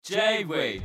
J-Wave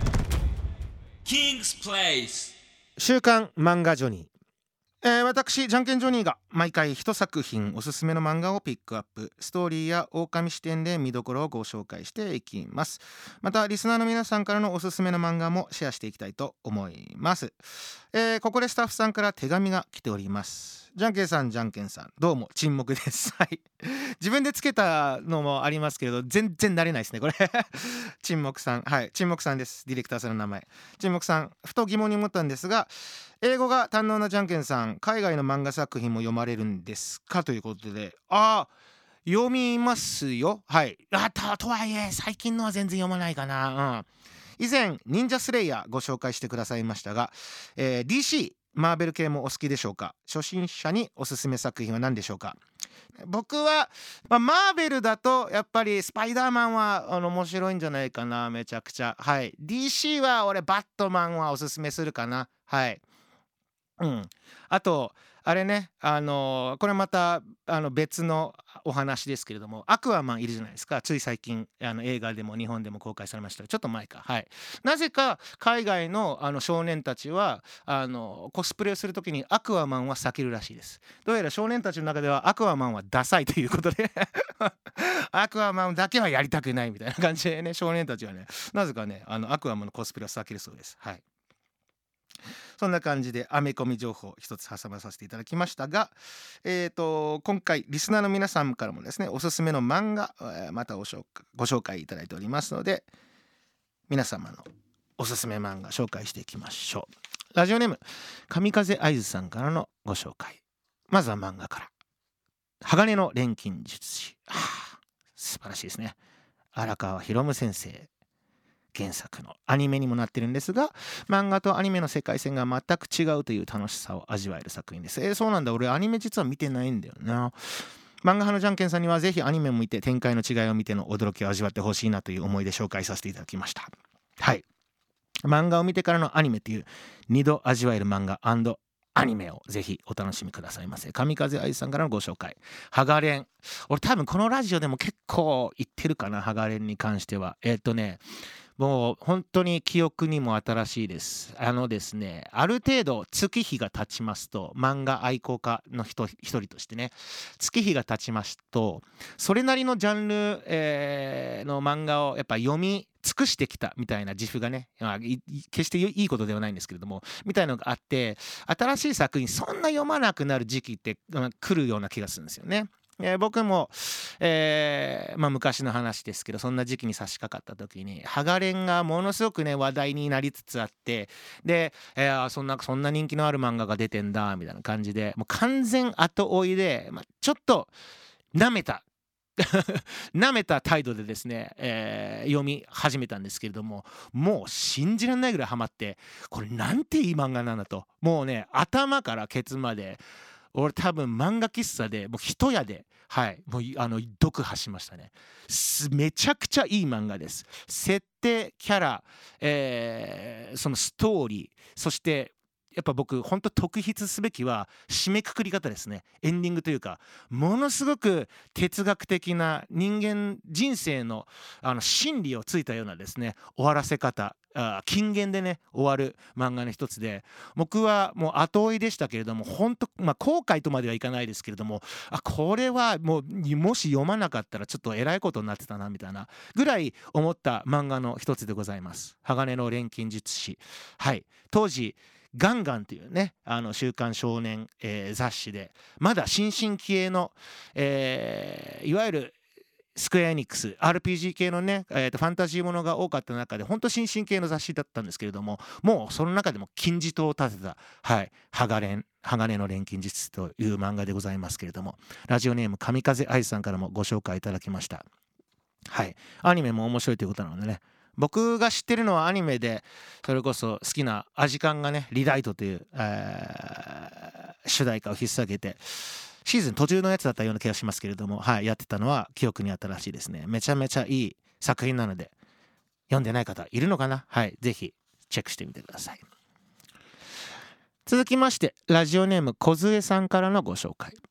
King's Place 週刊漫画ジョニー、私じゃんけんジョニーが毎回一作品おすすめの漫画をピックアップ、ストーリーや狼視点で見どころをご紹介していきます。またリスナーの皆さんからのおすすめの漫画もシェアしていきたいと思います。ここでスタッフさんから手紙が来ております。じゃんけんさんどうも沈黙ですはい自分でつけたのもありますけれど全然慣れないですねこれ沈黙さん、はい沈黙さんです。ディレクターさんの名前沈黙さん、ふと疑問に思ったんですが、英語が堪能なじゃんけんさん、海外の漫画作品も読まれるんですかということで、読みますよ。はいとはいえ最近のは全然読まないかな。以前忍者スレイヤーご紹介してくださいましたが、DCマーベル系もお好きでしょうか。初心者におすすめ作品は何でしょうか。僕は、マーベルだとやっぱりスパイダーマンは面白いんじゃないかな、めちゃくちゃ。はい DC は俺バットマンはおすすめするかな。はいあとあれね、これまた別のお話ですけれども、アクアマンいるじゃないですか。つい最近映画でも日本でも公開されました。ちょっと前か。はいなぜか海外の少年たちはコスプレをするときにアクアマンは避けるらしいです。どうやら少年たちの中ではアクアマンはダサいということでアクアマンだけはやりたくないみたいな感じでね、少年たちはねなぜかねアクアマンのコスプレを避けるそうです。はいそんな感じでアメコミ情報一つ挟まさせていただきましたが、今回リスナーの皆さんからもですねおすすめの漫画、またご紹介いただいておりますので、皆様のおすすめ漫画紹介していきましょう。ラジオネーム神風愛さんからのご紹介。まずは漫画から。鋼の錬金術師、素晴らしいですね。荒川博夢先生原作のアニメにもなってるんですが、漫画とアニメの世界線が全く違うという楽しさを味わえる作品です。そうなんだ、俺アニメ実は見てないんだよな。漫画派のじゃんけんさんにはぜひアニメも見て展開の違いを見ての驚きを味わってほしいなという思いで紹介させていただきました。はい漫画を見てからのアニメという2度味わえる漫画アニメをぜひお楽しみくださいませ。神風愛さんからのご紹介。ハガレン、俺多分このラジオでも結構言ってるかな、ハガレンに関しては。もう本当に記憶にも新しいです。ですね、ある程度月日が経ちますと、漫画愛好家の一人としてね、月日が経ちますとそれなりのジャンル、の漫画をやっぱ読み尽くしてきたみたいな自負がね、決していいことではないんですけれども、みたいなのがあって、新しい作品そんな読まなくなる時期って、来るような気がするんですよね。僕も、昔の話ですけど、そんな時期に差し掛かった時にハガレンがものすごくね話題になりつつあって、で、そんな人気のある漫画が出てんだみたいな感じで、もう完全後追いで、ちょっとなめたなめた態度でですね、読み始めたんですけれども、もう信じられないぐらいハマって、これなんていい漫画なんだと、もうね頭からケツまで俺多分漫画喫茶でもう一夜で、もう読破しましたね。めちゃくちゃいい漫画です。設定、キャラ、そのストーリー、そしてやっぱ僕本当特筆すべきは締めくくり方ですね。エンディングというか、ものすごく哲学的な人生の真理をついたようなですね終わらせ方、金言でね終わる漫画の一つで、僕はもう後追いでしたけれども、本当後悔とまではいかないですけれども、これはもし読まなかったらちょっとえらいことになってたなみたいなぐらい思った漫画の一つでございます。鋼の錬金術師。当時ガンガンというね週刊少年、雑誌でまだ新進気鋭の、いわゆるスクエアエニックス RPG 系のね、ファンタジーものが多かった中で本当新進系の雑誌だったんですけれども、もうその中でも金字塔を立てた、鋼の錬金術師という漫画でございますけれども、ラジオネーム神風愛さんからもご紹介いただきました。アニメも面白いということなのでね、僕が知ってるのはアニメでそれこそ好きなアジカンがねリライトという、主題歌を引っ提げてシーズン途中のやつだったような気がしますけれども、やってたのは記憶に新しいですね。めちゃめちゃいい作品なので、読んでない方いるのかな。ぜひチェックしてみてください。続きましてラジオネーム小杖さんからのご紹介。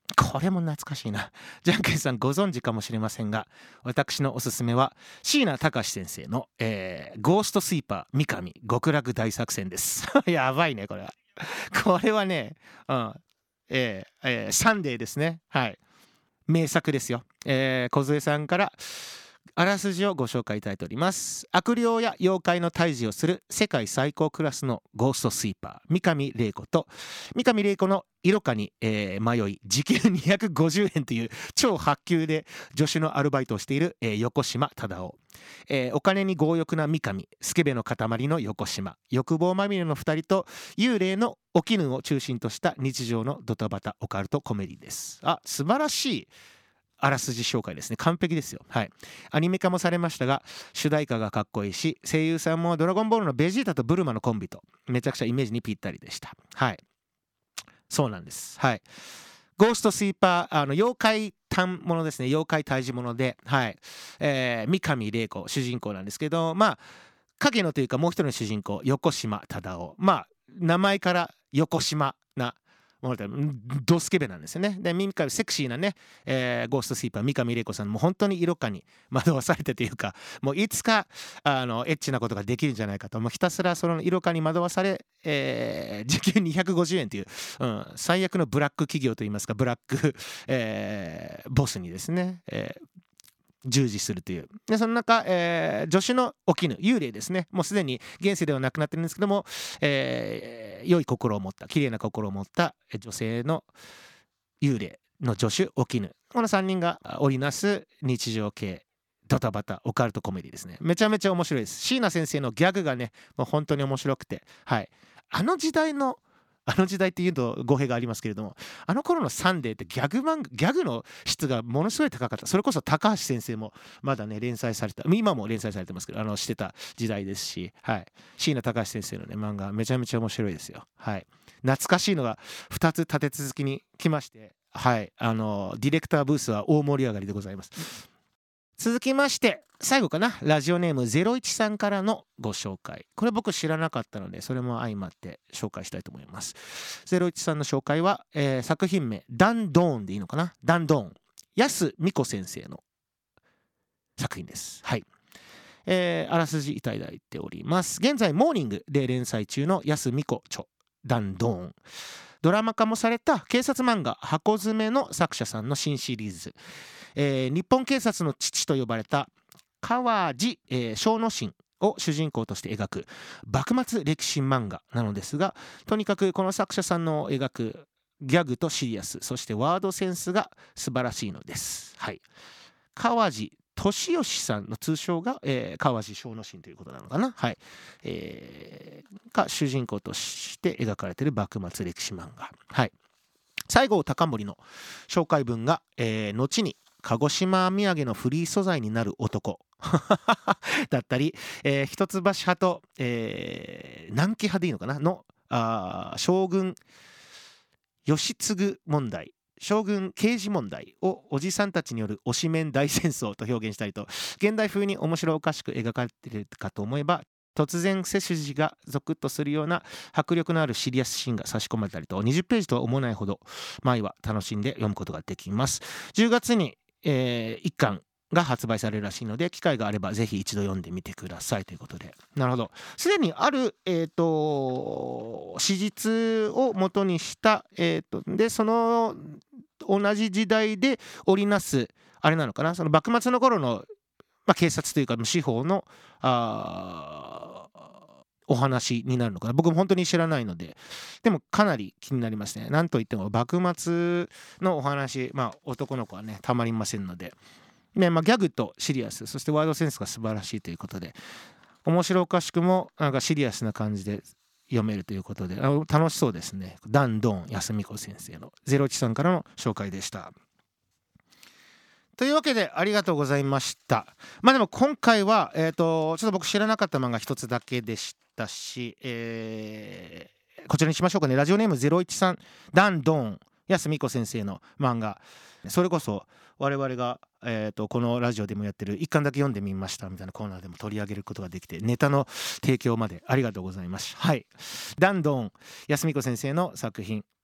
これも懐かしいな。じゃんけんさんご存知かもしれませんが、私のおすすめは椎名隆先生の、ゴーストスイーパー三上極楽大作戦ですやばいねこれは。これはね、サンデーですね。はい、名作ですよ。梢さんからあらすじをご紹介いただいております。悪霊や妖怪の退治をする世界最高クラスのゴーストスイーパー三上玲子と、三上玲子の色化に、迷い時給250円という超発給で助手のアルバイトをしている、横島忠夫、お金に強欲な三上、スケベの塊の横島、欲望まみれの2人と幽霊のお絹を中心とした日常のドタバタオカルトコメディです。素晴らしいあらすじ紹介ですね。完璧ですよ。はい。アニメ化もされましたが、主題歌がかっこいいし、声優さんもドラゴンボールのベジータとブルマのコンビとめちゃくちゃイメージにぴったりでした。はい。そうなんです。はい。ゴーストスイーパー、妖怪単ものですね。妖怪退治もので、はい。三上玲子主人公なんですけど、まあ影のというかもう一人の主人公横島忠夫、まあ名前から横島なものでドスケベなんですよね。で三上セクシーなね、ゴーストスイーパー三上玲子さんも本当に色化に惑わされてというか、もういつかエッチなことができるんじゃないかと、もうひたすらその色化に惑わされ、時給250円という、最悪のブラック企業といいますかブラック、ボスにですね、従事するという。でその中、助手のお絹幽霊ですね、もうすでに現世ではなくなってるんですけども、良い心を持った綺麗な心を持った女性の幽霊の助手お絹、この3人が織りなす日常系ドタバタオカルトコメディですね。めちゃめちゃ面白いです。椎名先生のギャグがねもう本当に面白くて、はい、あの時代っていうと語弊がありますけれども、あの頃のサンデーってギャグの質がものすごい高かった。それこそ高橋先生もまだね連載された、今も連載されてますけどしてた時代ですし、はい、椎名隆先生のね漫画めちゃめちゃ面白いですよ。はい、懐かしいのが2つ立て続きに来まして、はい、ディレクターブースは大盛り上がりでございます。続きまして最後かな、ラジオネーム01さんからのご紹介。これ僕知らなかったのでそれも相まって紹介したいと思います。01さんの紹介は、作品名ダンドーンでいいのかな、ダンドーン、安美子先生の作品です。はい、あらすじいただいております。現在モーニングで連載中の安美子著ダンドーン、ドラマ化もされた警察漫画箱詰めの作者さんの新シリーズ、日本警察の父と呼ばれた川地、小野真を主人公として描く幕末歴史漫画なのですが、とにかくこの作者さんの描くギャグとシリアス、そしてワードセンスが素晴らしいのです。はい、川地俊義さんの通称が、川地小野真ということなのかな。はい、が主人公として描かれている幕末歴史漫画。はい、西郷隆盛の紹介文が、後に鹿児島土産のフリー素材になる男だったり、一橋派と、南紀派でいいのかなの将軍義継問題、将軍刑事問題をおじさんたちによる推しメン大戦争と表現したりと、現代風に面白おかしく描かれているかと思えば、突然背筋がゾクッとするような迫力のあるシリアスシーンが差し込まれたりと、20ページとは思わないほど毎話楽しんで読むことができます。10月に、1巻が発売されるらしいので、機会があればぜひ一度読んでみてくださいということで。なるほど、すでにある、史実を元にした、でその同じ時代で織りなすあれなのかな、その幕末の頃の、警察というか司法のお話になるのかな。僕も本当に知らないので、でもかなり気になりますね。なんといっても幕末のお話、男の子はねたまりませんので、ね、ギャグとシリアス、そしてワードセンスが素晴らしいということで、面白おかしくもなんかシリアスな感じで読めるということで、楽しそうですね。ダンドン安美子先生の01さんからの紹介でした。というわけでありがとうございました。でも今回は、ちょっと僕知らなかった漫画一つだけでしたし、こちらにしましょうかね。ラジオネーム013ダンドーン安美子先生の漫画、それこそ我々が、このラジオでもやってる一巻だけ読んでみましたみたいなコーナーでも取り上げることができて、ネタの提供までありがとうございます。はい、ダンドーン安美子先生の作品、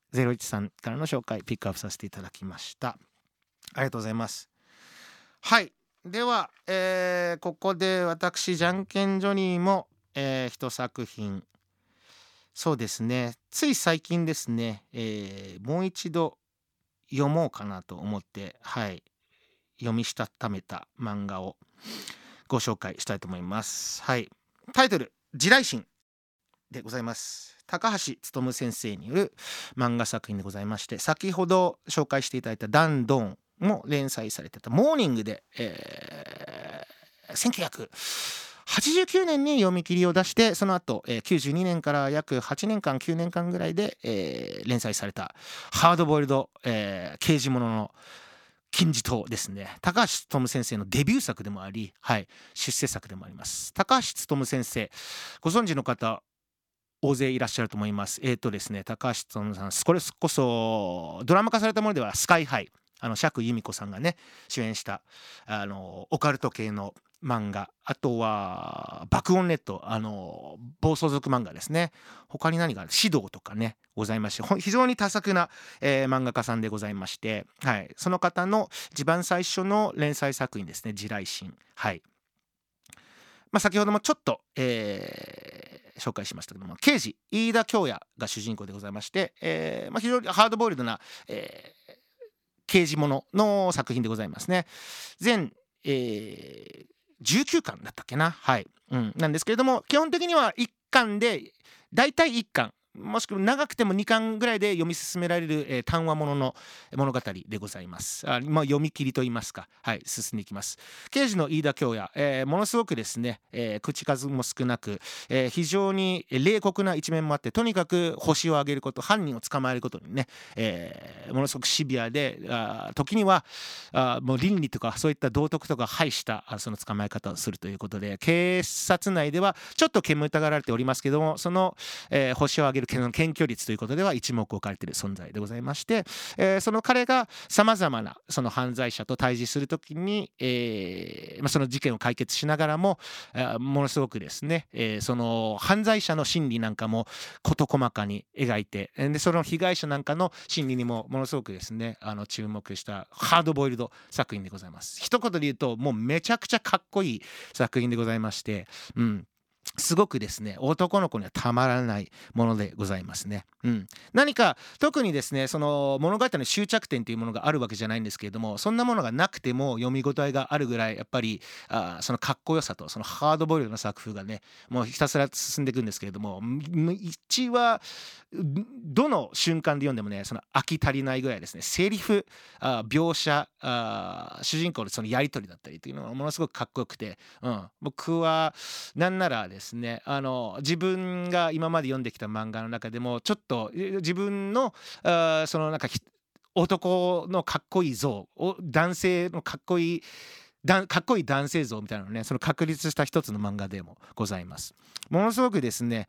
013からの紹介ピックアップさせていただきました。ありがとうございます。はい、では、ここで私じゃんけんジョニーも、一作品、そうですね、つい最近ですね、もう一度読もうかなと思って、はい、読みしたためた漫画をご紹介したいと思います。はい、タイトル地雷神でございます。高橋勉先生による漫画作品でございまして、先ほど紹介していただいたダンドーンも連載されてたモーニングで、1989年に読み切りを出して、その後、92年から約8年間9年間ぐらいで、連載されたハードボイルド、刑事ものの金字塔ですね。高橋勉先生のデビュー作でもあり、はい、出世作でもあります。高橋勉先生、ご存知の方大勢いらっしゃると思います。ですね、高橋勉さん、これこそドラマ化されたものではスカイハイ、釈由美子さんがね主演したオカルト系の漫画、あとは爆音ネット、暴走族漫画ですね。他に何がある、指導とかねございまして、非常に多作な、漫画家さんでございまして、はい、その方の一番最初の連載作品ですね、地雷神。はい、先ほどもちょっと、紹介しましたけども、刑事飯田恭也が主人公でございまして、非常にハードボイルドな、刑事ものの作品でございますね。全、19巻だったっけな、はい、なんですけれども、基本的には1巻でだいたい1巻もしくは長くても2巻ぐらいで読み進められる、単話ものの物語でございます。読み切りといいますか、はい、進んでいきます。刑事の飯田恭也、ものすごくですね、口数も少なく、非常に冷酷な一面もあって、とにかく星を上げること、犯人を捕まえることにね、ものすごくシビアで、時にはもう倫理とかそういった道徳とか排したその捕まえ方をするということで、警察内ではちょっと煙たがられておりますけども、その、星を上げる検挙率ということでは一目置かれている存在でございまして、その彼がさまざまなその犯罪者と対峙するときに、その事件を解決しながらも、ものすごくですね、その犯罪者の心理なんかも事細かに描いて、でその被害者なんかの心理にもものすごくですね注目したハードボイルド作品でございます。一言で言うともうめちゃくちゃかっこいい作品でございまして、すごくですね男の子にはたまらないものでございますね。何か特にですねその物語の終着点というものがあるわけじゃないんですけれども、そんなものがなくても読み応えがあるぐらいやっぱりそのかっこよさとそのハードボイルドな作風がねもうひたすら進んでいくんですけれども、1話どの瞬間で読んでもねその飽き足りないぐらいですね、セリフ描写主人公のそのやり取りだったりというのがものすごくかっこよくて、僕はなんならですね自分が今まで読んできた漫画の中でもちょっと自分のそのなんか男のかっこいい像を男性のかっこいい男性像みたいなのをねその確立した一つの漫画でもございます。ものすごくですね、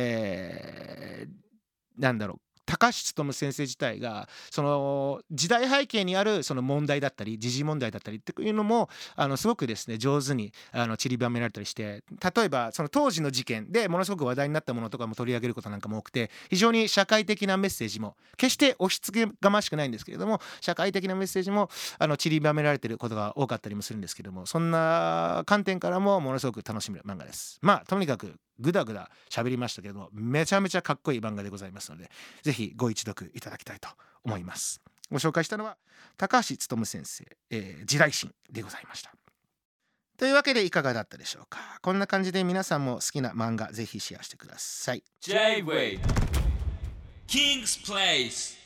なんだろう、高橋勉先生自体がその時代背景にあるその問題だったり時事問題だったりっていうのもすごくですね上手に散りばめられたりして、例えばその当時の事件でものすごく話題になったものとかも取り上げることなんかも多くて、非常に社会的なメッセージも決して押し付けがましくないんですけれども、社会的なメッセージも散りばめられていることが多かったりもするんですけども、そんな観点からもものすごく楽しめる漫画です。とにかくぐだぐだ喋りましたけどもめちゃめちゃかっこいい漫画でございますので、ぜひご一読いただきたいと思います。ご紹介したのは高橋勉先生、地雷神でございました。というわけでいかがだったでしょうか。こんな感じで皆さんも好きな漫画ぜひシェアしてください。 J-Wave King's Place